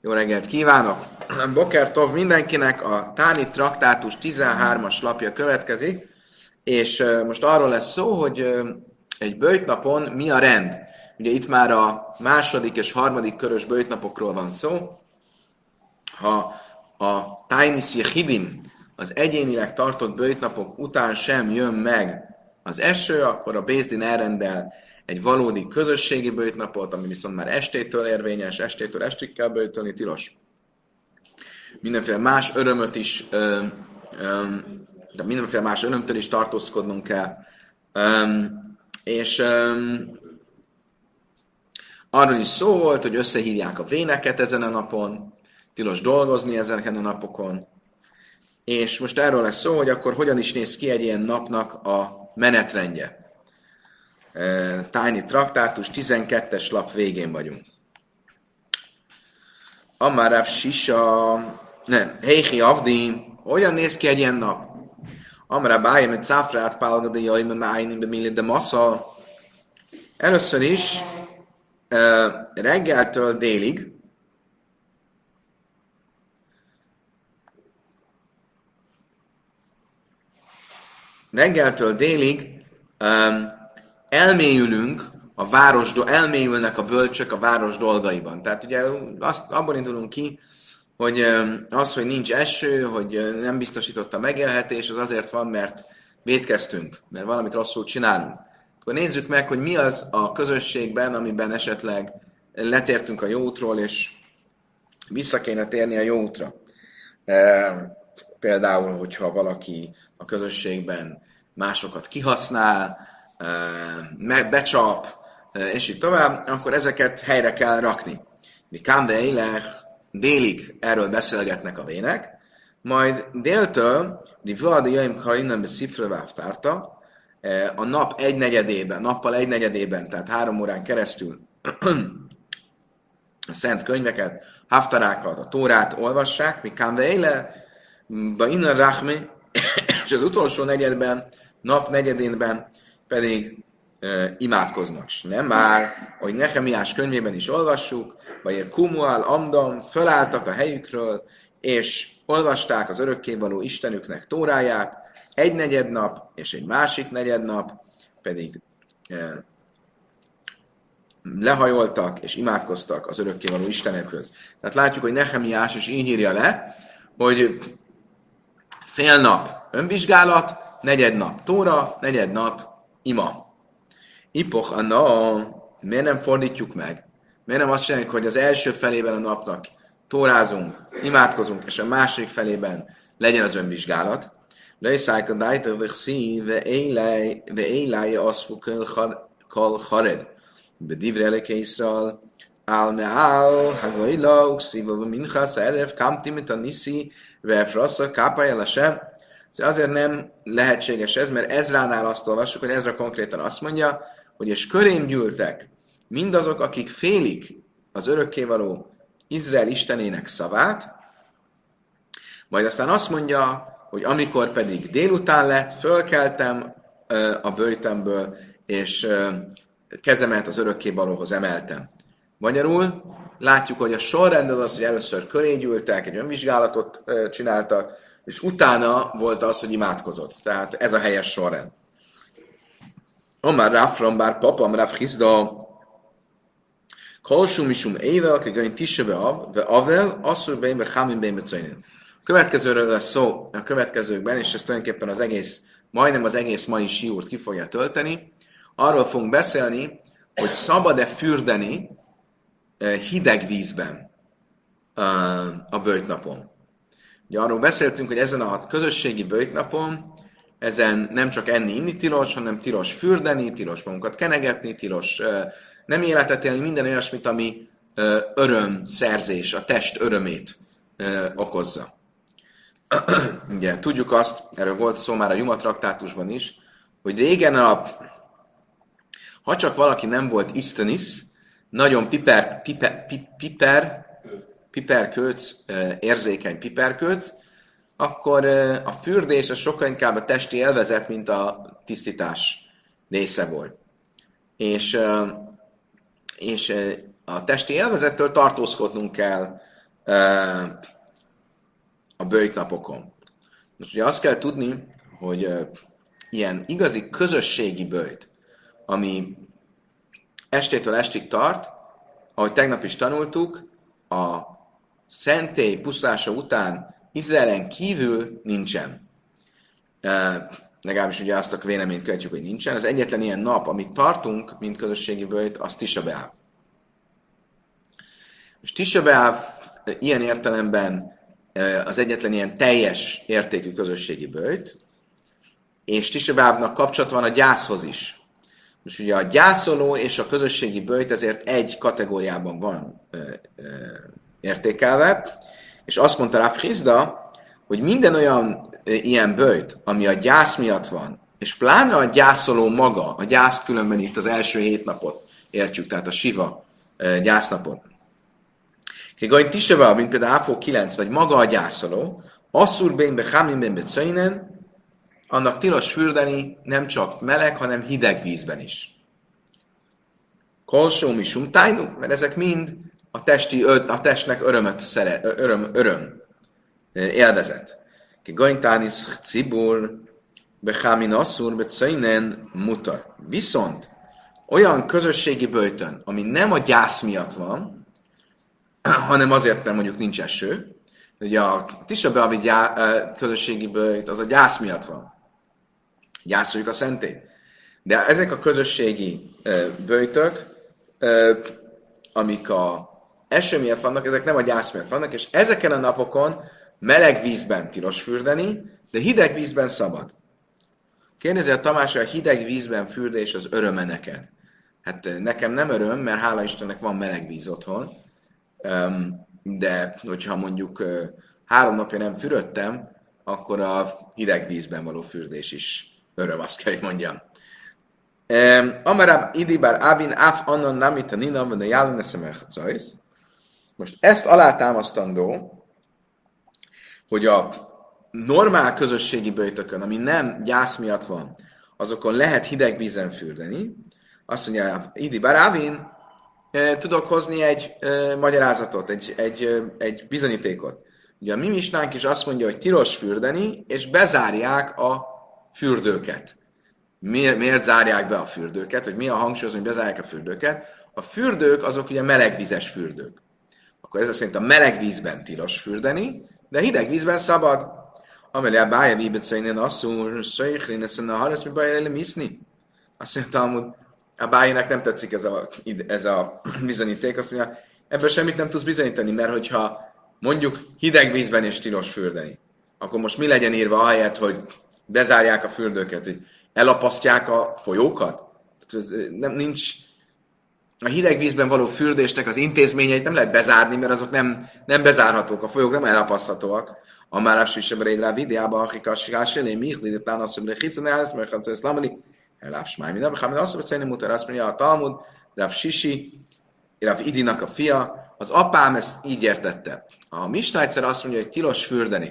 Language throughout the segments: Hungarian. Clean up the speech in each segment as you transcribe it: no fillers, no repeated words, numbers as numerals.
Jó reggelt kívánok! Boker Tov mindenkinek, a Táni Traktátus 13-as lapja következik, és most arról lesz szó, hogy egy böjtnapon mi a rend. Ugye itt már a második és harmadik körös böjtnapokról van szó. Ha a Tainis Yechidim, az egyénileg tartott böjtnapok után sem jön meg az eső, akkor a Bézdin elrendel egy valódi közösségi böjtnapot, ami viszont már estétől érvényes, estétől estig kell böjtölni, tilos. Mindenféle más örömöt is, de mindenféle más örömtől is tartózkodnunk kell. És arról is szó volt, hogy összehívják a véneket ezen a napon, tilos dolgozni ezeken a napokon. És most erről lesz szó, hogy akkor hogyan is néz ki egy ilyen napnak a menetrendje. Tájni Traktátus 12-es lap végén vagyunk. Amaráv Sisa, Heichi Avdi, hogyan néz ki egy ilyen nap? Amaráv Bájem, egy Cáfrát, Pálgadi, Jajme, Májnim, Bemili, de Massa. Először is reggeltől délig, elmélyülnek a bölcsök a város dolgaiban. Tehát ugye abból indulunk ki, hogy az, hogy nincs eső, hogy nem biztosított a megélhetés, az azért van, mert vétkeztünk, mert valamit rosszul csinálunk. Akkor nézzük meg, hogy mi az a közösségben, amiben esetleg letértünk a jó útról, és vissza kéne térni a jó útra. Például, hogyha valaki a közösségben másokat kihasznál, becsap, és így tovább, akkor ezeket helyre kell rakni. Mi kámde élech, délig erről beszélgetnek a vének, majd déltől, a nap nappal egynegyedében, tehát 3 órán keresztül a szent könyveket, haftarákat, a Tórát olvassák, mi kámde élech, innen rachmi, és az utolsó nap negyedénben pedig imádkoznak. Nem már, hogy Nehemiás könyvében is olvassuk, vagy Kumuál, Amdam, fölálltak a helyükről, és olvasták az örökkévaló Istenüknek Tóráját, egy negyednap és egy másik negyednap pedig lehajoltak és imádkoztak az örökkévaló Istenükhöz. Tehát látjuk, hogy Nehemiás is így írja le, hogy fél nap önvizsgálat, negyednap Tóra, negyednap ima. Ipoch anna, miért nem fordítjuk meg? Miért nem azt csináljuk, hogy az első felében a napnak tórázunk, imádkozunk, és a második felében legyen az önvizsgálat? Lejszájka dájtadich szí, ve éjlája aszfu kal hared. Bedivre eleke Iszrael, áll me áll, hagajla, ukszíva, minchasz, erev, kamtimit a niszi, ve frasza, kápája lasem. Azért nem lehetséges ez, mert Ezránál azt olvassuk, hogy Ezra konkrétan azt mondja, hogy és körém gyűltek mindazok, akik félik az örökkévaló Izrael istenének szavát, majd aztán azt mondja, hogy amikor pedig délután lett, fölkeltem a böjtemből, és kezemet az örökkévalóhoz emeltem. Magyarul látjuk, hogy a sorrend az, hogy először köré gyűltek, egy önvizsgálatot csináltak, és utána volt az, hogy imádkozott. Tehát ez a helyes sorrend. Omar Rafram, bár papam, Raf Hizda, Kolsum isum ével, kegain tisebe ve avel, asszur bein be chámin bein becajnén. A következőről lesz szó a következőkben, és ez tulajdonképpen majdnem az egész mai siúrt ki fogja tölteni. Arról fogunk beszélni, hogy szabad-e fürdeni hideg vízben a böjtnapon. Ugye arról beszéltünk, hogy ezen a közösségi böjtnapon ezen nem csak enni-inni tilos, hanem tilos fürdeni, tilos magunkat kenegetni, tilos nem életet élni, minden olyasmit, ami örömszerzés, a test örömét okozza. Ugye tudjuk azt, erről volt szó már a Juma traktátusban is, hogy régen ha csak valaki nem volt isztenisz, nagyon piperkőc, érzékeny piperkőc, akkor a fürdés az sokkal inkább a testi élvezet, mint a tisztítás része volt. És a testi élvezettől tartózkodnunk kell a böjtnapokon. Most ugye azt kell tudni, hogy ilyen igazi közösségi böjt, ami estétől estig tart, ahogy tegnap is tanultuk, a szentély pusztulása után Izraelen kívül nincsen. Legalábbis ugye azt a véleményt követjük, hogy nincsen. Az egyetlen ilyen nap, amit tartunk, mint közösségi böjt, az Tisha B'Av. És Tisha B'Av ilyen értelemben az egyetlen ilyen teljes értékű közösségi böjt, és Tisha B'Avnak kapcsolat van a gyászhoz is. Most ugye a gyászoló és a közösségi böjt ezért egy kategóriában van értékelve, és azt mondta Rav Hizda, hogy minden olyan ilyen böjt, ami a gyász miatt van, és pláne a gyászoló maga, a gyász különben itt az első 7 napot értjük, tehát a siva gyásznapot. Kegaj Tisha B'Av, mint például Áfó 9, vagy maga a gyászoló, asszur bén bechamim bén becajnen, annak tilos fürdeni nem csak meleg, hanem hideg vízben is. Kolsó mi sumtájnuk, mert ezek mind a testnek öröm élvezet. Ki gajntánis cibur, bechámin asszur, becajnen mutar. Viszont olyan közösségi böjtön, ami nem a gyász miatt van, hanem azért, mert mondjuk nincs eső, ugye a Tisha B'Av közösségi böjt, az a gyász miatt van. Gyászoljuk a szentét. De ezek a közösségi böjtök, amik a eső miatt vannak, ezek nem a gyász miatt vannak, és ezeken a napokon meleg vízben tilos fürdeni, de hideg vízben szabad. Kérdezi a Tamás, hogy a hideg vízben fürdés az öröme neked. Hát nekem nem öröm, mert hála Istennek van meleg víz otthon, de hogyha mondjuk 3 napja nem fürödtem, akkor a hideg vízben való fürdés is öröm, azt kell, hogy mondjam. Amarab idibár avin af annan namita nina van a jálun eszemercajsz. Most ezt alátámasztandó, hogy a normál közösségi böjtökön, ami nem gyász miatt van, azokon lehet hideg vízen fürdeni. Azt mondja, idibár avin, tudok hozni egy magyarázatot, egy bizonyítékot. Ugye a mi misnánk is azt mondja, hogy tilos fürdeni, és bezárják a fürdőket. Miért zárják be a fürdőket? Hogy mi a hangsúlyozni, hogy bezárják a fürdőket? A fürdők azok ugye melegvizes fürdők. Akkor ez szerint a meleg vízben tilos fürdeni, de hideg vízben szabad. Amelé a bája víbecajnén asszúr, szöjjhrin, eszen a harasz, mi baj elem iszni? Azt mondja, hogy a bájének nem tetszik ez a bizonyíték. Azt mondja, ebből semmit nem tudsz bizonyítani, mert hogyha mondjuk hideg vízben is tilos fürdeni, akkor most mi legyen írva ahelyett, hogy bezárják a fürdőket, hogy elapasztják a folyókat? Nincs a hideg vízben való fürdésnek az intézményeit nem lehet bezárni, mert azok nem bezárhatók, a folyók nem elapaszthatóak. A márás is ebben rá videában, akik a sikásélé, mihdét, tánaszom, de hicon elsz, mert hát ez lamani, Rav Shmai, minden, hanem azt mondja, hogy mutat, azt mondja a Talmud, Rav Sisi, Rav Idinak a fia, az apám ezt így értette. A Misna egyszer azt mondja, hogy tilos fürdeni.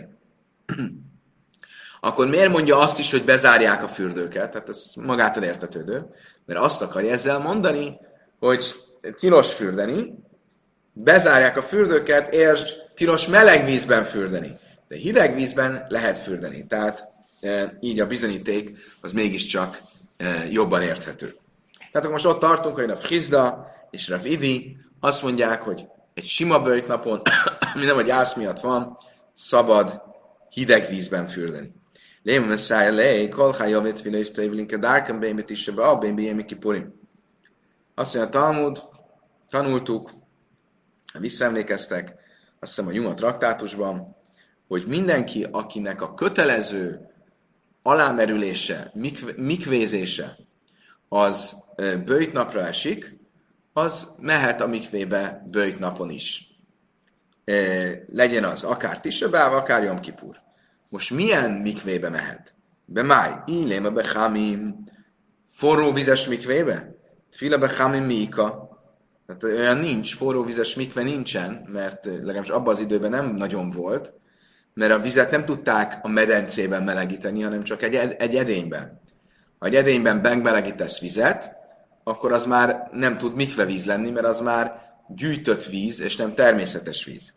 Akkor miért mondja azt is, hogy bezárják a fürdőket? Tehát ez magától értetődő. Mert azt akarja ezzel mondani, hogy tilos fürdeni, bezárják a fürdőket, és tilos meleg vízben fürdeni. De hideg vízben lehet fürdeni. Tehát így a bizonyíték az mégiscsak jobban érthető. Tehát akkor most ott tartunk, hogy Rav Hizda és Rav Idi azt mondják, hogy egy sima böjtnapon, ami nem a gyász miatt van, szabad hideg vízben fürdeni. Léma messzája lej, kolchá javét vilésztőjvlinke dárkem bémit is sebe, a bémbi émi kipurim. Azt mondja a Talmud, tanultuk, visszaemlékeztek, azt hiszem a Juma traktátusban, hogy mindenki, akinek a kötelező alámerülése, mikvézése az böjtnapra esik, az mehet a mikvébe böjtnapon is. Legyen az akár Tisha B'Av, akár Jom Kipur. Most milyen mikvébe mehet? Bemáj, illéma bechamim, forró vizes mikvébe? Fila bechamim miika. Tehát olyan nincs, forró vizes mikve nincsen, mert legalábbis abban az időben nem nagyon volt, mert a vizet nem tudták a medencében melegíteni, hanem csak egy edényben. Ha egy edényben megmelegítesz vizet, akkor az már nem tud mikve víz lenni, mert az már gyűjtött víz, és nem természetes víz.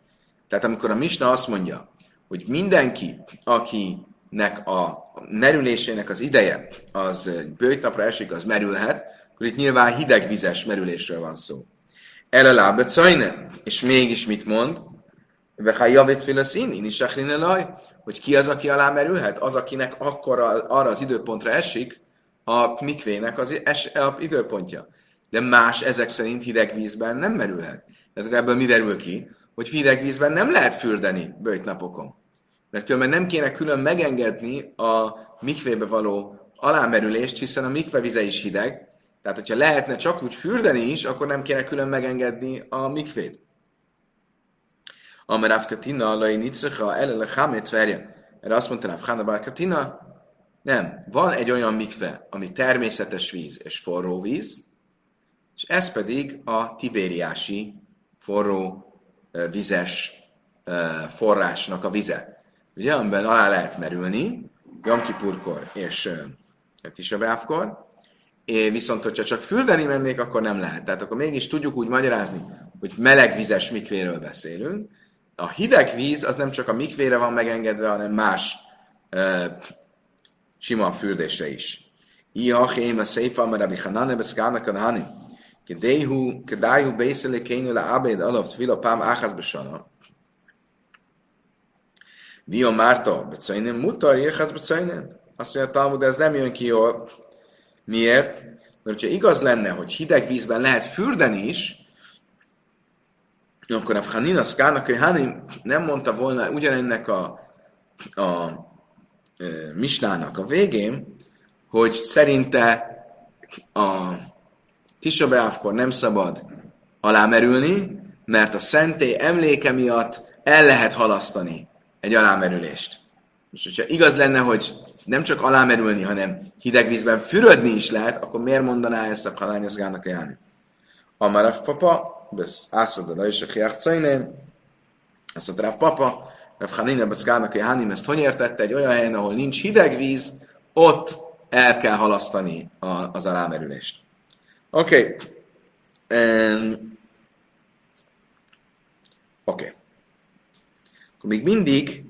Tehát amikor a Misna azt mondja, hogy mindenki, akinek a merülésének az ideje, az böjtnapra esik, az merülhet, akkor itt nyilván hidegvizes merülésről van szó. Elalábet szajne, és mégis mit mond? Vehajjavét fileszín, én is hogy ki az, aki alá merülhet? Az, akinek akkor arra az időpontra esik a mikvének az időpontja. De más ezek szerint hideg vízben nem merülhet. Tehát ebből mi derül ki? Hogy hideg vízben nem lehet fürdeni böjtnapokon. Mert különben nem kéne külön megengedni a mikvébe való alámerülést, hiszen a mikve vize is hideg. Tehát, hogyha lehetne csak úgy fürdeni is, akkor nem kéne külön megengedni a mikvét. Amar Rav Katina, Lai Nicrecha, Elele Chametz verje. Erre azt mondta Rav Chana bar Katina, nem, van egy olyan mikve, ami természetes víz és forró víz, és ez pedig a tibériási forró vizes forrásnak a vize. Ugye, amiben alá lehet merülni, Jom Kipurkor és Tisha B'Avkor, viszont hogyha csak fürdeni mennék, akkor nem lehet. Tehát akkor mégis tudjuk úgy magyarázni, hogy melegvizes mikvéről beszélünk. A hideg víz az nem csak a mikvére van megengedve, hanem más sima fürdésre is. Iha a széfa, mert Rabbi Hanane beszkálnak a Nahani. Kedájú beszélé kényű le ábéd alatt tvila pám áház besana. Dio Márta, becajnén mutar, írhatsz becajnén. Azt mondja, Talmud, ez nem jön ki jól. Miért? Mert hogyha igaz lenne, hogy hideg vízben lehet fürdeni is, akkor a Hanina Szkának, hogy Hani nem mondta volna ugyanennek a misnának a végén, hogy szerinte a Tisha B'Avkor nem szabad alámerülni, mert a szentély emléke miatt el lehet halasztani egy alámerülést. És hogyha igaz lenne, hogy nem csak alámerülni, hanem hideg vízben fürödni is lehet, akkor miért mondaná ezt a halányozgának a Jáni? Amarav papa, besz ászadala is a kiáxajnén, azt mondta Rav papa, Rav Hanina Beckának a Jánim ezt hogy értette? Egy olyan helyen, ahol nincs hideg víz, ott el kell halasztani az alámerülést. Oké. Oké. Akkor még mindig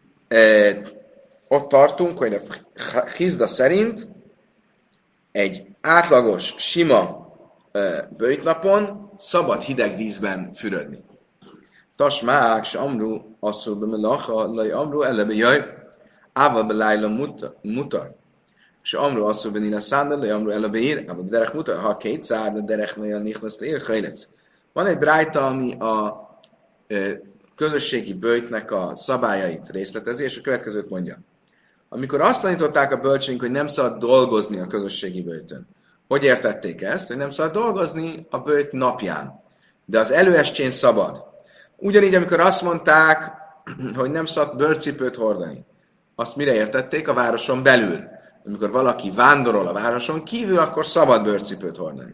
ott tartunk, hogy a Hizda szerint egy átlagos, sima böjtnapon szabad hideg vízben fürödni. Tasmák, s amru, asszul be melacha, laj amru, elebe jaj, ával be lájla mutar. És amru, asszul be nila szándal, laj amru, elebe ír, ával be derek mutar, ha két szár, de derek naja nichnasz le ír, hajlec. Van egy brájta, ami a közösségi böjtnek a szabályait részletezi, és a következőt mondja. Amikor azt tanították a bölcsénk, hogy nem szabad dolgozni a közösségi böjtön, hogy értették ezt? Hogy nem szabad dolgozni a böjt napján, de az előestjén szabad. Ugyanígy, amikor azt mondták, hogy nem szabad bőrcipőt hordani, azt mire értették? A városon belül. Amikor valaki vándorol a városon kívül, akkor szabad bőrcipőt hordani.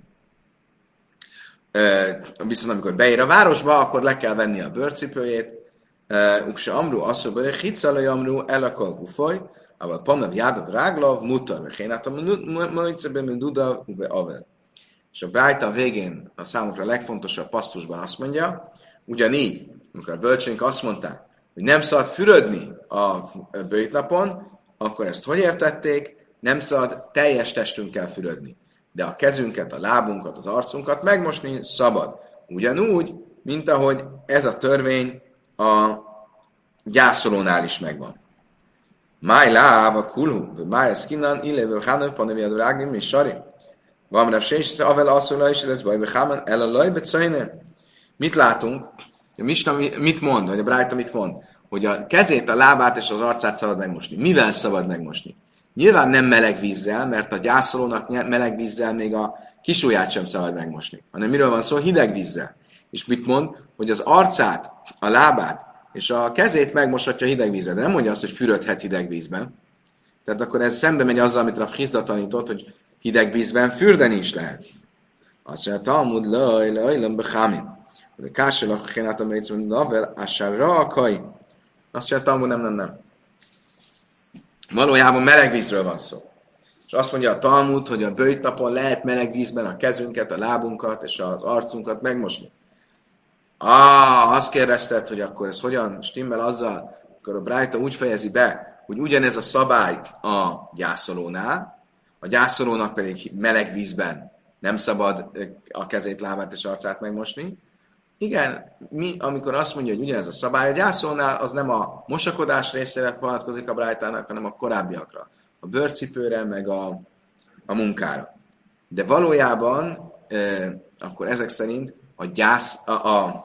Viszont amikor beér a városba, akkor le kell venni a bőrcipőjét. Ukse amru, asszobere, hicalai amru, elakal gufoly, ával panav jádav ráglav, mutar, vénát a mojceben duda, ube avel. És a brájta a végén a számukra legfontosabb pasztusban azt mondja, ugyanígy, amikor a bölcsénk azt mondták, hogy nem szabad fürödni a böjtnapon, akkor ezt hogy értették? Nem szabad teljes testünkkel fürödni. De a kezünket, a lábunkat, az arcunkat megmosni szabad. Ugyanúgy, mint ahogy ez a törvény a gyászolónál is megvan. Máj láb a kulhu, máj a szkinan, illévő hánő, paneviadó rágnim, és sari. Van rá sés, avel asszolá is, ez baj, beháman, el a lajbe szajne. Mit látunk? A Misna mit mond, vagy a Brájta mit mond? Hogy a kezét, a lábát és az arcát szabad megmosni. Mivel szabad megmosni? Nyilván nem meleg vízzel, mert a gyászolónak meleg vízzel még a kisujját sem szabad megmosni. Hanem miről van szó? Hideg vízzel. És mit mond? Hogy az arcát, a lábát és a kezét megmoshatja hideg vízzel. De nem mondja azt, hogy fürödhet hideg vízben. Tehát akkor ez szembe megy azzal, amit Rav Hizda tanított, hogy hideg vízben fürdeni is lehet. Azt mondja, Talmud lajlajlem bechámin. De kásselach a kénát a mélycben, navel, ásárra a kai. Azt mondja, Talmud, nem. Valójában meleg vízről van szó. És azt mondja a Talmud, hogy a böjtnapon lehet meleg vízben a kezünket, a lábunkat és az arcunkat megmosni. Azt kérdezted, hogy akkor ez hogyan stimmel azzal, akkor a Brájta úgy fejezi be, hogy ugyanez a szabály a gyászolónál, a gyászolónak pedig meleg vízben nem szabad a kezét, lábát és arcát megmosni. Igen, amikor azt mondja, hogy ugyanez a szabály, a gyászolónál az nem a mosakodás részére vonatkozik a Brájtának, hanem a korábbiakra. A bőrcipőre, meg a munkára. De valójában akkor ezek szerint a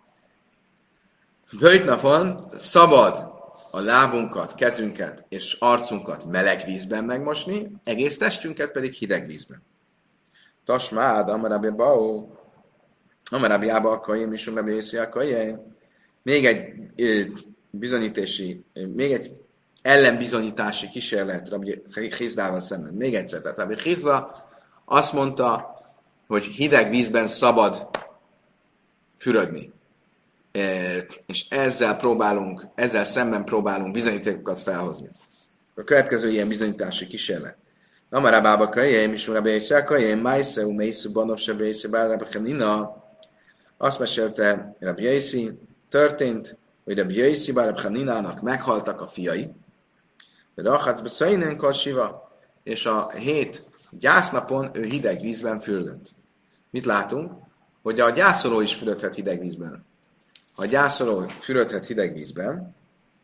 böjtnapon szabad a lábunkat, kezünket és arcunkat meleg vízben megmosni, egész testünket pedig hideg vízben. Tasmád, amarabi bau, amarabi ába akaim, és amarabi észi akaim. Még egy még egy ellenbizonyítási kísérlet Rabbi Chizdával szemben. Még egyszer, tehát Rabbi Chizda azt mondta, hogy hideg vízben szabad fürödni. És ezzel szemben próbálunk bizonyítékokat felhozni. A következő ilyen bizonyítási kísérlet. Amarabába kajem, és Rabbi kajem, Májszeu, Mészú, Banov, Sebészű, Bárabba Hanina. Azt mesélte Rabbi Yossi, történt, hogy Rabbi Yossi, Bárabba Haninának meghaltak a fiai, de Rachatszbe Szainen Kalsiva, és a 7 gyásznapon ő hideg vízben fürdött. Mit látunk? Hogy a gyászoló is fürödhet hideg vízben. Ha a gyászoló fürödhet hideg vízben,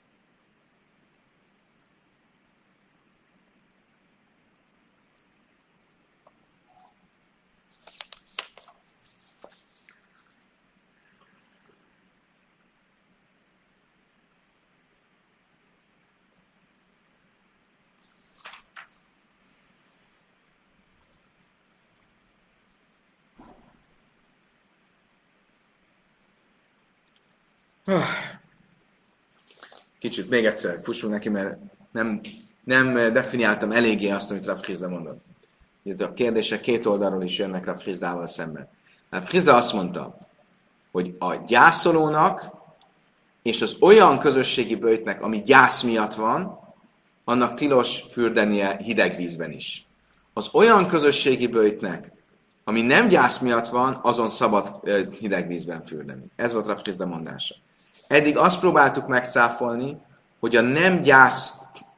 kicsit még egyszer fussunk neki, mert nem definiáltam eléggé azt, amit Rav Chizda mondott. Itt a kérdések két oldalról is jönnek Rav Chizdával szemben. Rav Chizda azt mondta, hogy a gyászolónak és az olyan közösségi böjtnek, ami gyász miatt van, annak tilos fürdenie hideg vízben is. Az olyan közösségi böjtnek, ami nem gyász miatt van, azon szabad hideg vízben fürdeni. Ez volt Rav Chizda mondása. Eddig azt próbáltuk megcáfolni, hogy a nem gyász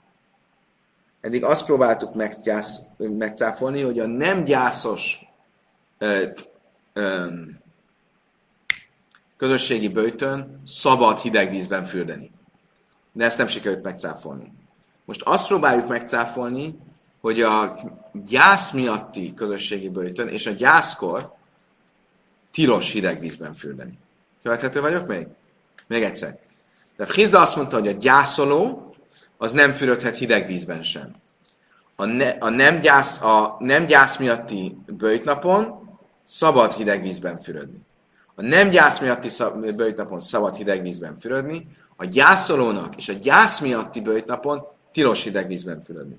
megcáfolni, hogy a nem gyászos közösségi böjtön szabad hideg vízben fürdeni. De ezt nem sikerült megcáfolni. Most azt próbáljuk megcáfolni, hogy a gyász miatti közösségi böjtön és a gyászkor tilos hideg vízben fürdeni. Követhető vagyok még? Még egyszer. De Chizda azt mondta, hogy a gyászoló az nem fürödhet hideg vízben sem. A nem gyász miatti böjtnapon szabad hideg vízben fürödni. A nem gyász miatti böjtnapon szabad hideg vízben fürödni, a gyászolónak és a gyász miatti böjtnapon tilos hideg vízben fürödni.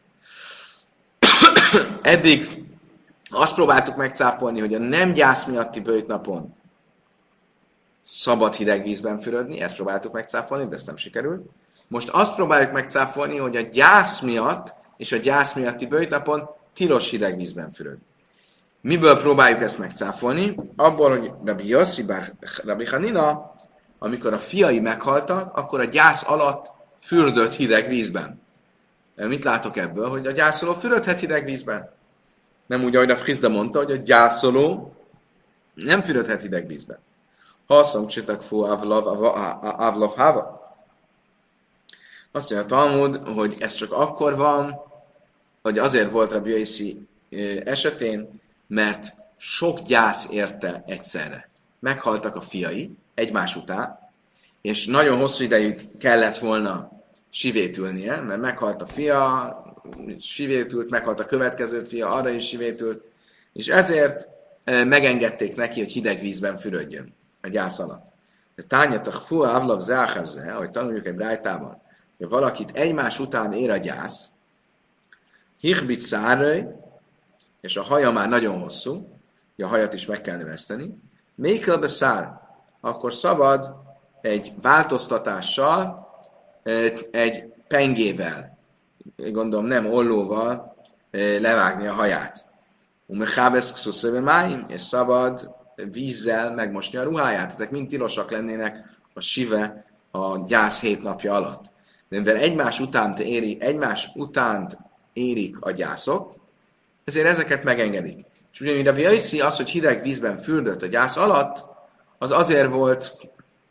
Eddig azt próbáltuk megcáfolni, hogy a nem gyász miatti böjtnapon szabad hideg vízben fürödni, ezt próbáltuk megcáfolni, de ezt nem sikerült. Most azt próbáljuk megcáfolni, hogy a gyász miatt és a gyász miatti böjtnapon tilos hideg vízben fürödni. Miből próbáljuk ezt megcáfolni? Abból, hogy Rabbi Yossi, Rabbi Hanina, amikor a fiai meghaltak, akkor a gyász alatt fürdött hideg vízben. Mit látok ebből? Hogy a gyászoló fürödhet hideg vízben. Nem úgy, ahogy a Chizda mondta, hogy a gyászoló nem fürödhet hideg vízben. Haszom csitak fú avlav háva. Azt mondja a Talmud, hogy ez csak akkor van, hogy azért volt Rabbi Yossi esetén, mert sok gyász érte egyszerre. Meghaltak a fiai egymás után, és nagyon hosszú ideig kellett volna sivétülnie, mert meghalt a fia, sivétült, meghalt a következő fia, arra is sivétült, és ezért megengedték neki, hogy hideg vízben fürödjön a gyász alatt. De tányatak fú, avlav záhazze, ahogy tanuljuk egy brájtában, hogy valakit egymás után ér a gyász, hirbit száröj, és a haja már nagyon hosszú, hogy a hajat is meg kell növeszteni, mékelbe szár, akkor szabad egy változtatással, egy pengével, gondolom nem ollóval levágni a haját. Umechábesz xuszöve máim, és szabad vízzel megmosni a ruháját. Ezek mind tilosak lennének a sive a gyász 7 napja alatt. De mivel egymás utánt érik a gyászok, ezért ezeket megengedik. És ugyanúgy a Jaiszi az, hogy hideg vízben fürdött a gyász alatt, az azért volt,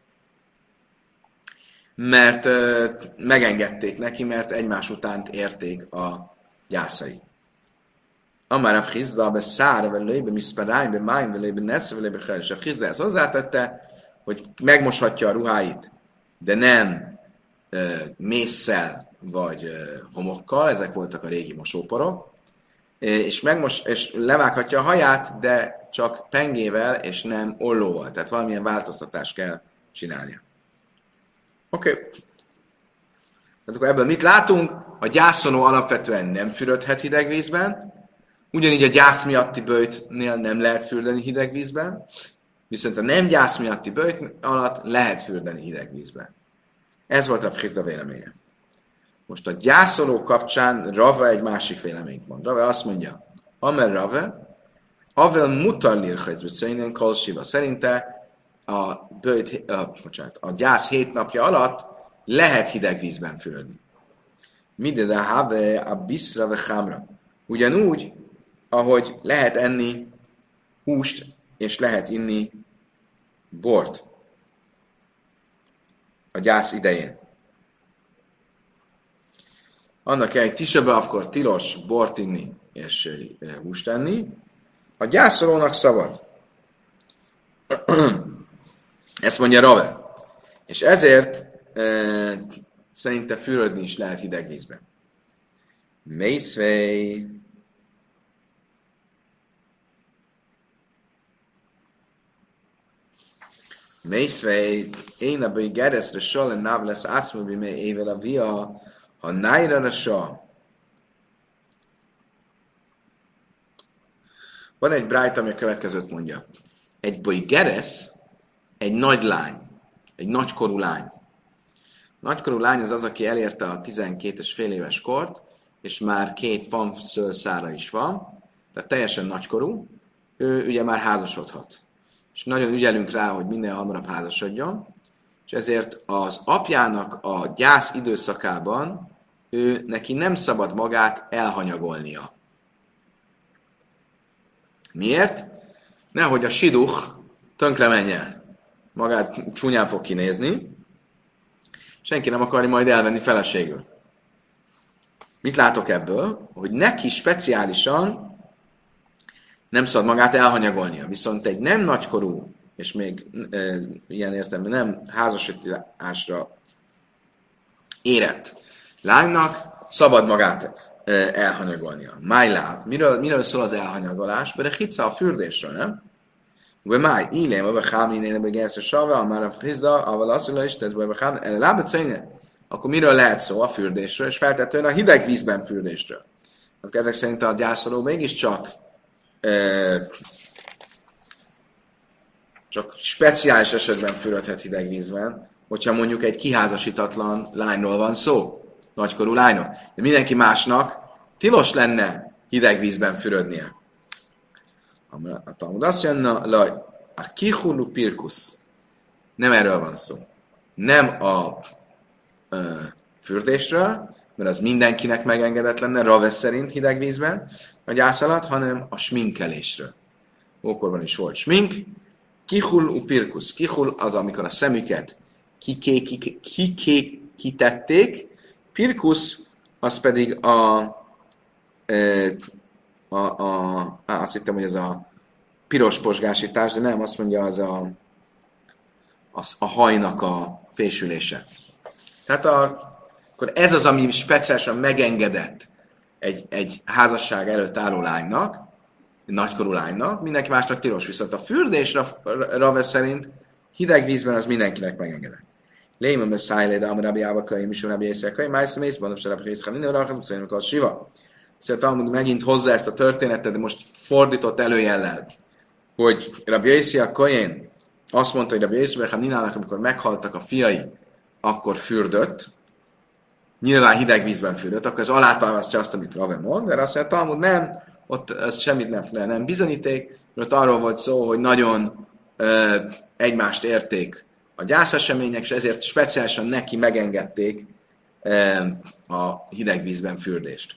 mert megengedték neki, mert egymás utánt érték a gyászai. Amár a Frizda, be szára, be lőbe, miszparány, be májn, be lőbe, nesze, be lőbe, és a Frizda ezt hozzátette, hogy megmoshatja a ruháit, de nem mésszel vagy homokkal, ezek voltak a régi mosóporok, és levághatja a haját, de csak pengével és nem ollóval. Tehát valamilyen változtatást kell csinálnia. Oké. Tehát akkor ebből mit látunk? A gyászoló alapvetően nem fürödhet hideg vízben, ugyanígy a gyász miatti böjtnél nem lehet fürdeni hideg vízben, viszont a nem gyász miatti böjt alatt lehet fürdeni hideg vízben. Ez volt a Frizda véleménye. Most a gyászoló kapcsán Rava egy másik véleményt mond. Rava azt mondja, Amer Rava, Avel mutar lirchajzbüccöinen kolsiva. Szerinte a gyász 7 napja alatt lehet hideg vízben fürödni. Midede have a biszra ve chámra. Ugyanúgy, ahogy lehet enni húst, és lehet inni bort a gyász idején. Annak egy tisebe, akkor tilos bort inni és húst enni. A gyászolónak szabad. Ezt mondja Rave. És ezért szerinte fürödni is lehet hideg vízben. Mészvej. Mészvej. Én a gereszre solen náv lesz átszmöbi mely ével a via, ha nájra sa. Van egy brájt, ami a következőt mondja. Egy geresz, egy nagy lány, egy nagykorú lány. Nagykorú lány az, aki elérte a 12 és fél éves kort, és már 2 fanszőszára is van, tehát teljesen nagykorú, ő ugye már házasodhat. És nagyon ügyelünk rá, hogy minél hamarabb házasodjon, és ezért az apjának a gyász időszakában neki nem szabad magát elhanyagolnia. Miért? Nehogy a siduch tönkre menjen. Magát csúnyán fog kinézni, senki nem akarja majd elvenni feleségül. Mit látok ebből? Hogy neki speciálisan nem szabad magát elhanyagolnia. Viszont egy nem nagykorú, és még ilyen értelemben nem házasításra érett lánynak szabad magát elhanyagolnia. Májlá. Miről szól az elhanyagolás? Bere hitza a fürdésről, nem? Máj, illém, abba chámlinéne, be gersze sava, már a frizda, avval asszula is, tehát be chámlinéne, lábacajne. Akkor miről lehet szó? A fürdésről, és feltetően a hideg vízben fürdésről. Akkor ezek szerint a gyászoló mégiscsak csak speciális esetben fürödhet hideg vízben, hogyha mondjuk egy kiházasítatlan lányról van szó, nagykorú lányról. De mindenki másnak tilos lenne hideg vízben fürödnie. A Talmud azt jönne, a kihullu pirkusz. Nem erről van szó. Nem a fürdésről, mert az mindenkinek megengedett lenne, Rave szerint hideg vízben, a gyász alatt, hanem a sminkelésről. Ókorban is volt smink. Kihullu pirkusz. Kihul az, amikor a szemüket kitették. Pirkusz az pedig azt hittem, hogy ez a piros posgásítás, de nem, azt mondja, az a hajnak a fésülése. Tehát akkor ez az, ami speciálisan megengedett egy házasság előtt álló lánynak, egy nagykorú lánynak, mindenki másnak tilos, viszont a fürdés Rave szerint hideg vízben az mindenkinek megengedett. Léma beszájlé, de amarabi ábakai, misú rabi észrekai, májszem észban, és rabi észrekai, minden rachaz, muszájunk az siva. Szóval Talmud megint hozza ezt a történetet, de most fordított előjellel, hogy Rabbi Yossi a Kohen azt mondta, hogy Rabbi Yossi Ninának, amikor meghaltak a fiai, akkor fürdött, nyilván hideg vízben fürdött, akkor ez alátámasztja azt, amit Rave mond, de azt mondja, Talmud nem, ott ez semmit nem bizonyíték, mert arról volt szó, hogy nagyon egymást érték a gyászesemények, és ezért speciálisan neki megengedték a hideg vízben fürdést.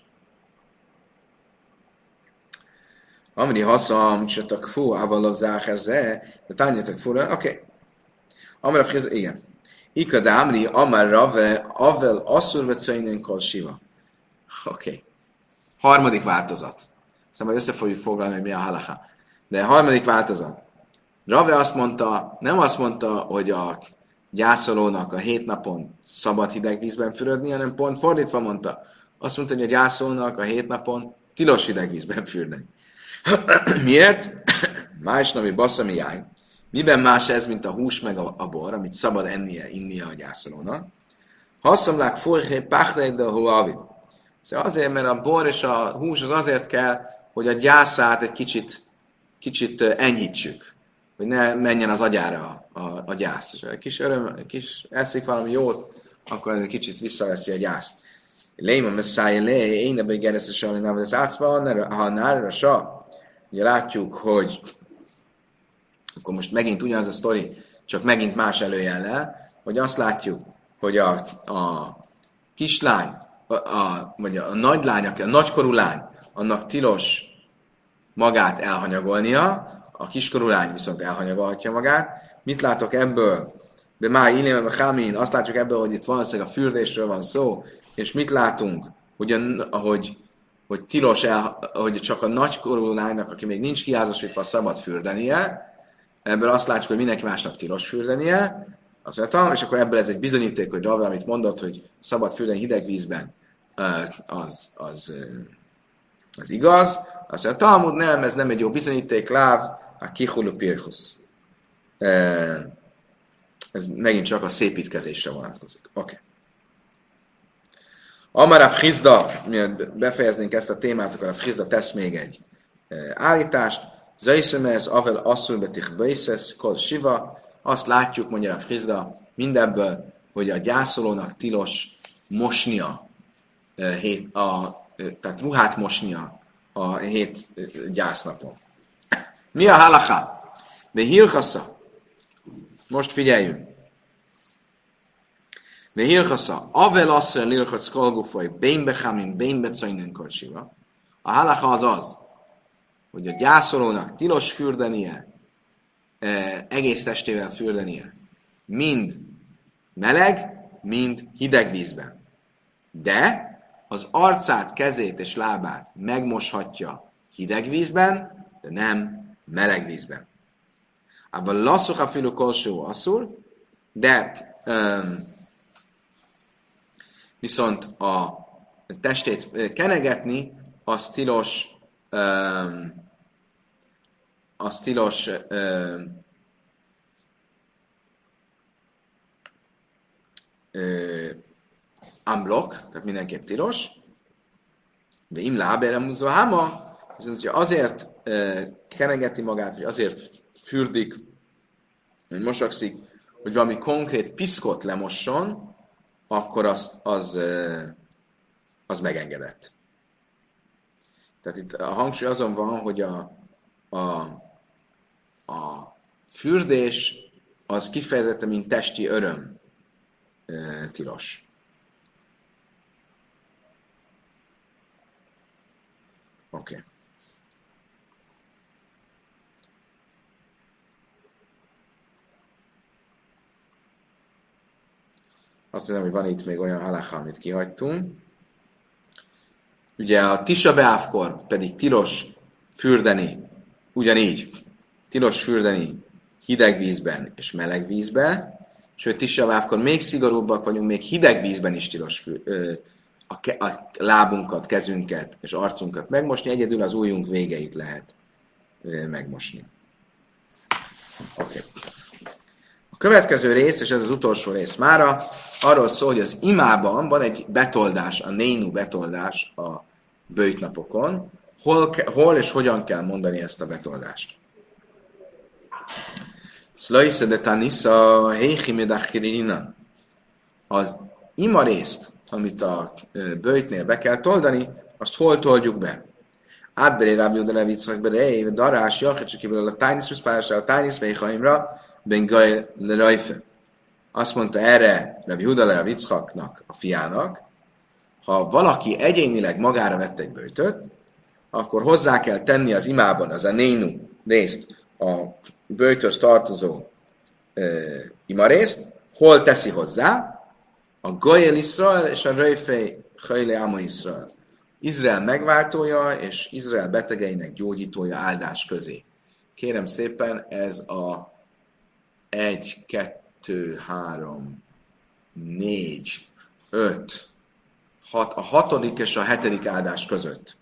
Amri haszam, csatak fú, avalav záherze, de tányatok fura, oké. Amra fréz, igen. Ika de Amri, amar rave, avel asszur vecajnén kol siva. Oké. Harmadik változat. Szóval össze fogjuk foglalni, hogy mi a halacha. De harmadik változat. Rave azt mondta, nem azt mondta, hogy a gyászolónak a 7 napon szabad hideg vízben fürödni, hanem pont fordítva mondta. Azt mondta, hogy a gyászolónak a 7 napon tilos hideg vízben fürdeni. Miért? Másnavi basszami jáj. Miben más ez, mint a hús meg a bor, amit szabad innia a gyászolónak? Hasszamlák forhé pachdeid a huavid. Szóval azért, mert a bor és a hús az azért kell, hogy a gyászát egy kicsit enyhítsük. Hogy ne menjen az agyára a gyász. És egy kis eszik valami jót, akkor egy kicsit visszaveszi a gyászt. Léma messzája lé, én ebben gereszes, ami nem az átszva, ha nára sa. Ugye látjuk, hogy akkor most megint ugyanaz a sztori, csak megint más előjellel, hogy azt látjuk, hogy a kislány, vagy a nagylány, a nagykorú lány, annak tilos magát elhanyagolnia, a kiskorú lány viszont elhanyagolhatja magát. Mit látok ebből? De már illém a chámin, azt látjuk ebből, hogy itt valószínűleg a fürdésről van szó, és mit látunk? Hogy tilos hogy csak a nagykorú lánynak, aki még nincs kiházasítva, szabad fürdenie. Ebből azt látjuk, hogy mindenki másnak tilos fürdenie. Azt mondta, és akkor ebből ez egy bizonyíték, hogy Rave, amit mondott, hogy szabad fürdeni hideg vízben, az igaz. Azt mondja, Talmud nem, ez nem egy jó bizonyíték, láv, a kihulu pirchusz. Ez megint csak a szépítkezésre vonatkozik. Oké. Amar a Frizda, miért befejeznénk ezt a témát, akkor a Frizda tesz még egy állítást. Zajszömez, avel asszul betich bőszesz, kol siva. Azt látjuk, mondja a Frizda, mindebből, hogy a gyászolónak tilos mosnia, tehát ruhát mosnia a 7 gyásznapon. Mi a halacha? De hilchasza. Most figyeljünk. De hilchasza. Avel asszor lilchatsz kolgufaj, bénbechamim, bénbecajnen korsiva. A halacha az, hogy a gyászolónak tilos fürdenie, egész testével fürdenie, mind meleg, mind hideg vízben. De az arcát, kezét és lábát megmoshatja hideg vízben, de nem meleg vízben. Ával lasszuk a filu kolsó asszul, de viszont a testét kenegetni, az tilos unblock, tehát mindenképp tilos, de imlá áberemúzó háma, viszont hogyha azért kenegeti magát, vagy azért fürdik, vagy mosakszik, hogy valami konkrét piszkot lemosson, akkor az megengedett. Tehát itt a hangsúly azon van, hogy a fürdés az kifejezetten, mint testi öröm tilos. Oké. Azt hiszem, hogy van itt még olyan halacha, amit kihagytunk. Ugye a Tisha B'Ávkor pedig tilos fürdeni, ugyanígy, tilos fürdeni hideg vízben és meleg vízben, sőt Tisha B'Ávkor még szigorúbbak vagyunk, még hideg vízben is tilos a lábunkat, kezünket és arcunkat megmosni, egyedül az ujjunk végeit lehet megmosni. Oké. A következő rész, és ez az utolsó rész mára, arról szól, hogy az imában van egy betoldás, a nénu betoldás a böjtnapokon. Hol és hogyan kell mondani ezt a betoldást? Szlajsze de tanisza héhi medachirina. Az ima részt, amit a böjtnél be kell toldani, azt hol toldjuk be? Átberé Rabbi Uda Levi Yitzchak berei, darás jachet, csak kívül a tájnisz, viszpárásra a tájnisz, vejhaimra, ben gaj le rajfe. Azt mondta erre Rabbi Uda Levi Yitzchaknak, a fiának, ha valaki egyénileg magára vett egy böjtöt, akkor hozzá kell tenni az imában az a nénu részt, a böjtöz tartozó imarészt, hol teszi hozzá? A Goyel Israel és a Röjfej Hajle Amo Israel. Izrael megváltója és Izrael betegeinek gyógyítója áldás közé. Kérem szépen, ez a 1, 2, 3, 4, 5, 6, a 6. és a 7. áldás között.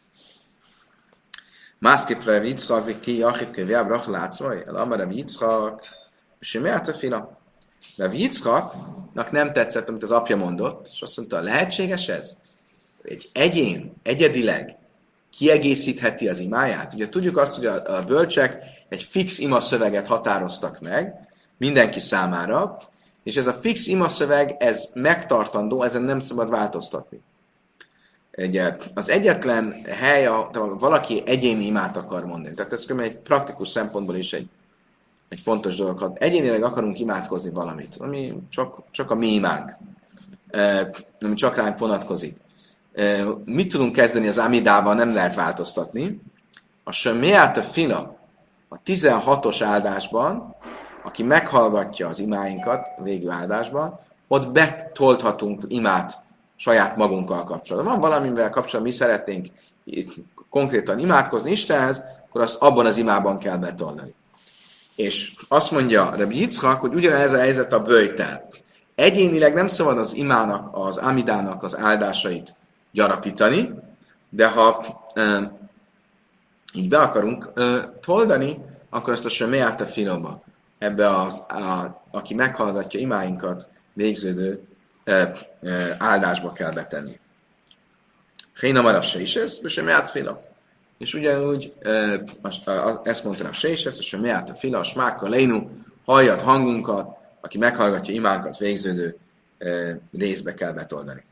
Másképp Rabbi Yitzchak, ki Jachid Keviá Brach Lácvaj, el Amar Rabbi Yitzchak, és mi a fila? Rabbi Yitzchaknak nem tetszett, amit az apja mondott, és azt mondta, lehetséges ez? Egy egyén egyedileg kiegészítheti az imáját. Ugye tudjuk azt, hogy a bölcsek egy fix ima szöveget határoztak meg mindenki számára, és ez a fix ima szöveg, ez megtartandó, ezen nem szabad változtatni. Az egyetlen hely, ahol valaki egyéni imát akar mondani. Tehát ez egy praktikus szempontból is egy fontos dolog. Ha egyénileg akarunk imádkozni valamit, ami csak a mi imánk, ami csak ránk vonatkozik. Mit tudunk kezdeni az Amidával, nem lehet változtatni. A Semeát a Fila a 16-os áldásban, aki meghallgatja az imáinkat, végül áldásban, ott betolthatunk imát saját magunkkal kapcsolatban. Van valamivel kapcsolatban, mi szeretnénk konkrétan imádkozni Istenhez, akkor azt abban az imában kell betoldani. És azt mondja Rabbi Yitzchak, hogy ugyanez a helyzet a böjtel. Egyénileg nem szabad az imának, az Amidának az áldásait gyarapítani, de ha így be akarunk toldani, akkor azt a Semeát a Filóba, ebbe aki meghallgatja imáinkat végződő áldásba kell betenni. Héna marav se is ez, Semeát Fila. És ugyanúgy ezt mondta a se is ez, a Semeát a Fila, a smákkal leinu, halljad hangunkat, aki meghallgatja imánkat végződő részbe kell betoldani.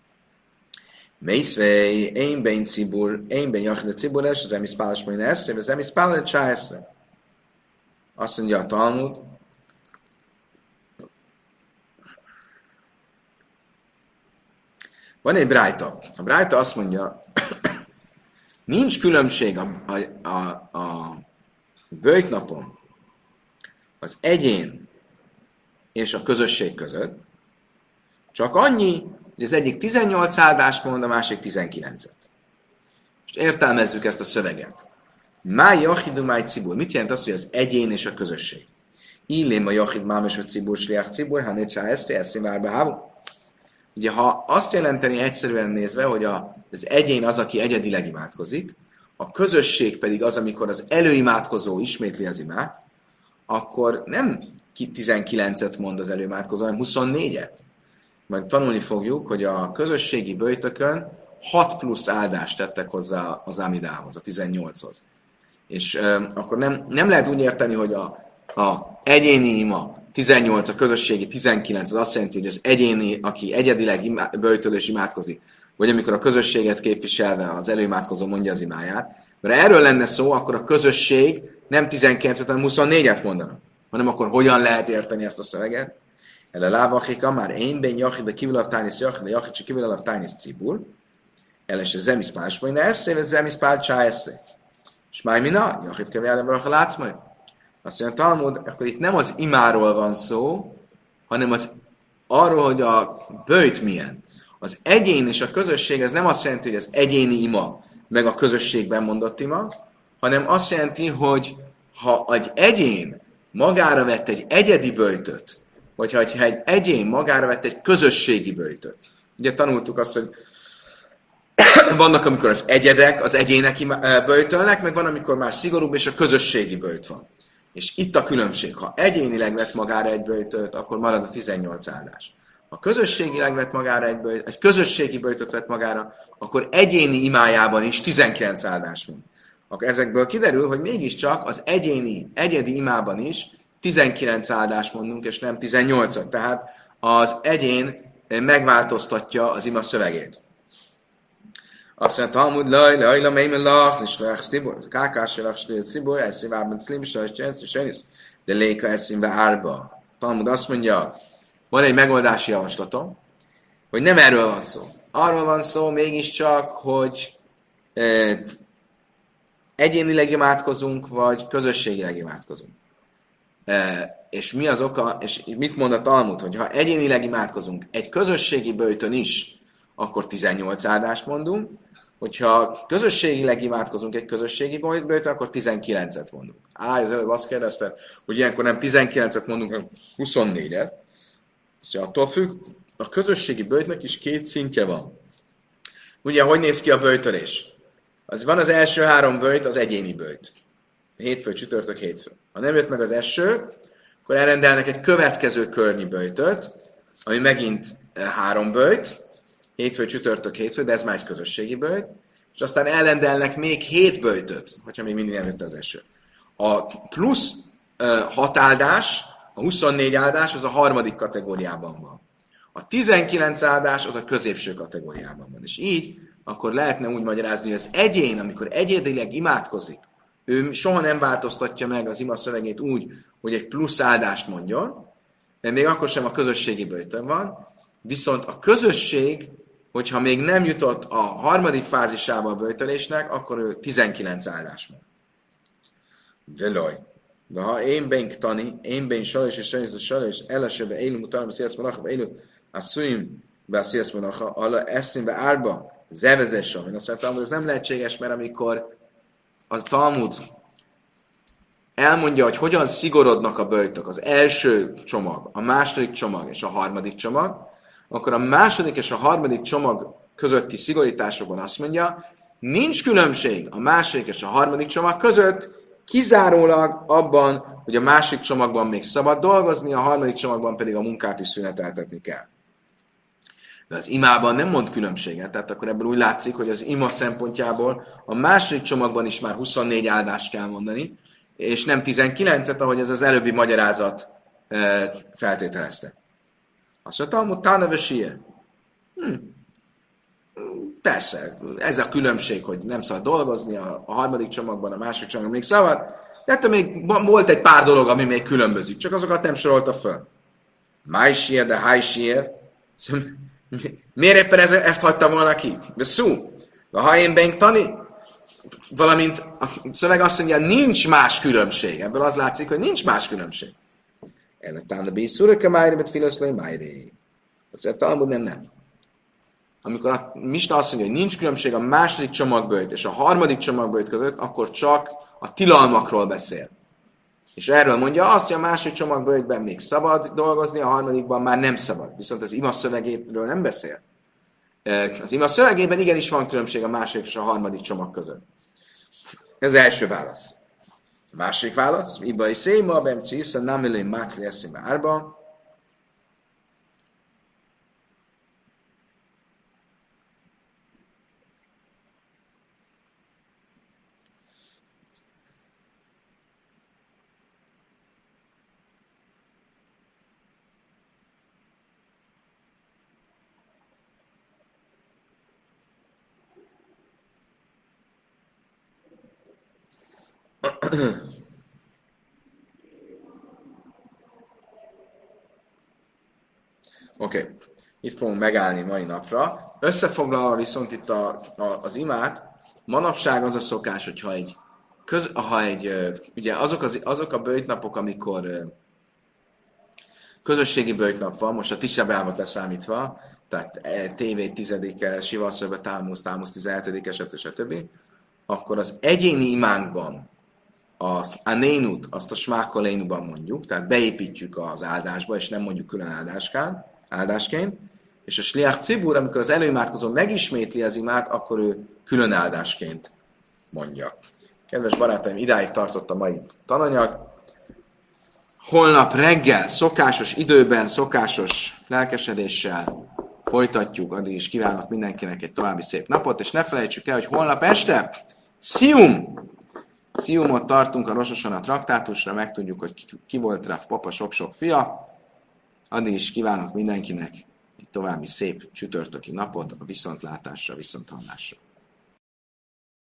Mészvej, én ben cibur, én ben jachid a cibules, az emiszpálas majd eszre, az emiszpálas csáeszre. Azt mondja a Talmud, van egy brájta. A brájta azt mondja, nincs különbség a böjtnapon az egyén és a közösség között, csak annyi, hogy az egyik 18 áldást mond, a másik 19-et. Most értelmezzük ezt a szöveget. Máj jachidu máj cibur. Mit jelent az, hogy az egyén és a közösség? Illém a jachid mámes a cibur, sliach cibur, ha nécsá eszti, eszti várbe hávu. Ugye, ha azt jelenteni egyszerűen nézve, hogy az egyén az, aki egyedileg imádkozik, a közösség pedig az, amikor az előimádkozó ismétli az imát, akkor nem 19-et mond az előimádkozó, hanem 24-et. Majd tanulni fogjuk, hogy a közösségi böjtökön 6 plusz áldást tettek hozzá az Amidához, a 18-hoz. És akkor nem lehet úgy érteni, hogy a egyéni ima 18, a közösségi 19, az azt jelenti, hogy az egyéni, aki egyedileg böjtöl és imádkozik, vagy amikor a közösséget képviselve az előimádkozó mondja az imáját, mert erről lenne szó, akkor a közösség nem 19-et, hanem 24-et mondana. Hanem akkor hogyan lehet érteni ezt a szöveget? El lávachika már én ben jachid a kivulav tánisz jachid, a jachid se kivulav tánisz cibur, el és a zemiszpál spajna eszé, vagy zemiszpál csá eszé. És máj mina, jachid kevél ember a látszmaj. Azt mondja a Talmud, akkor itt nem az imáról van szó, hanem arról, hogy a böjt milyen. Az egyén és a közösség, ez nem azt jelenti, hogy az egyéni ima, meg a közösségben mondott ima, hanem azt jelenti, hogy ha egy egyén magára vett egy egyedi böjtöt, vagy ha egy egyén magára vett egy közösségi böjtöt. Ugye tanultuk azt, hogy vannak, amikor az egyedek, az egyének böjtölnek, meg van, amikor már szigorúbb, és a közösségi böjt van. És itt a különbség. Ha egyénileg vett magára egy böjtöt, akkor marad a 18 áldás. Ha közösségileg vett magára egy közösségi böjtöt vett magára, akkor egyéni imájában is 19 áldás van. Akkor ezekből kiderül, hogy mégiscsak az egyedi imában is 19 áldást mondunk, és nem 18-at. Tehát az egyén megváltoztatja az ima szövegét. Azt mondja, Talmud, laj, meimen lach, lislach sztibor, kákás, lach, sztibor, eszivában szlim, sajnos, de léka eszimbe árba. Talmud azt mondja, van egy megoldási javaslatom, hogy nem erről van szó. Arról van szó mégiscsak, hogy egyénileg imádkozunk, vagy közösségileg imádkozunk. És mi az oka, és mit mond a Talmud, hogy ha egyénileg imádkozunk egy közösségi böjtön is, akkor 18 áldást mondunk, hogyha közösségileg imádkozunk egy közösségi böjtön, akkor 19-et mondunk. Az előbb azt kérdezte, hogy ilyenkor nem 19-et mondunk, hanem 24-et. Szóval attól függ, a közösségi böjtnek is 2 szintje van. Ugye, hogy néz ki a böjtölés? Van az első 3 böjt, az egyéni böjt. Hétfő, csütörtök, hétfő. Ha nem jött meg az eső, akkor elrendelnek egy következő környi böjtöt, ami megint 3 böjt, hétfő, csütörtök, hétfő, de ez már egy közösségi böjt, és aztán elrendelnek még 7 böjtöt, hogyha még mindig nem jött az eső. A plusz 6 áldás, a 24 áldás, az a harmadik kategóriában van. A 19 áldás az a középső kategóriában van. És így akkor lehetne úgy magyarázni, hogy az egyén, amikor egyedileg imádkozik, ő soha nem változtatja meg az ima szövegét úgy, hogy egy plusz áldást mondjon, de még akkor sem a közösségi böjtön van, viszont a közösség, hogyha még nem jutott a harmadik fázisába a böjtölésnek, akkor ő 19 áldás mond. Veloj. De ha én ben tani, én ben sajnos és sajnos elesebe élünk utána, beszélsz malacha, élünk a szüim, beszélsz malacha, alla eszimbe árba, zevezessam. Én azt mondtam, hogy ez nem lehetséges, mert amikor a Talmud elmondja, hogy hogyan szigorodnak a böjtök, az első csomag, a második csomag és a harmadik csomag, akkor a második és a harmadik csomag közötti szigorításokban azt mondja, nincs különbség a második és a harmadik csomag között, kizárólag abban, hogy a másik csomagban még szabad dolgozni, a harmadik csomagban pedig a munkát is szüneteltetni kell. De az imában nem mond különbséget, tehát akkor ebből úgy látszik, hogy az ima szempontjából a második csomagban is már 24 áldást kell mondani, és nem 19-et, ahogy ez az előbbi magyarázat feltételezte. Azt mondta, hogy tánevesír. Persze, ez a különbség, hogy nem szabad dolgozni a harmadik csomagban, a második csomagban még szabad, de ettől még volt egy pár dolog, ami még különbözik, csak azokat nem sorolta föl. Májsír, de hájsír. Miért éppen ezt hagyta volna ki? De szó, ha én benktani, valamint a szöveg azt mondja, nincs más különbség. Ebből az látszik, hogy nincs más különbség. Elletán a bíszuröke májri, mert filoszlai májri. Azt mondja, Talmud nem. Amikor a Misna azt mondja, hogy nincs különbség a második csomagböjt és a harmadik csomagböjt között, akkor csak a tilalmakról beszél. És erről mondja azt, hogy a második csomagböjtben még szabad dolgozni, a harmadikban már nem szabad. Viszont az ima szövegéről nem beszél. Az ima szövegében igenis van különbség a második és a harmadik csomag között. Ez az első válasz. A második válasz, Iba is széma, bemci isza, nem élői mácli eszébe árba. Oké. Itt fogunk megállni mai napra. Összefoglalva viszont itt az imát, manapság az a szokás, hogyha ugye azok a böjtnapok, amikor közösségi böjtnap van, most a Tisza B'Ávot leszámítva, tehát TV 10-e, Sivaszörbe, Támusz 17-e, stb. Akkor az egyéni imánkban az anénut, azt a smákolénuban mondjuk, tehát beépítjük az áldásba, és nem mondjuk külön áldásként, és a sliach cibur, amikor az előimádkozó megismétli az imát, akkor ő külön áldásként mondja. Kedves barátaim, idáig tartott a mai tananyag. Holnap reggel, szokásos időben, szokásos lelkesedéssel folytatjuk, addig is kívánok mindenkinek egy további szép napot, és ne felejtsük el, hogy holnap este Sziumot tartunk a Rosh Hashanah traktátusra, megtudjuk, hogy ki volt Rav Papa sok-sok fia. Addig is kívánok mindenkinek egy további szép csütörtöki napot, a viszontlátásra, viszonthallásra.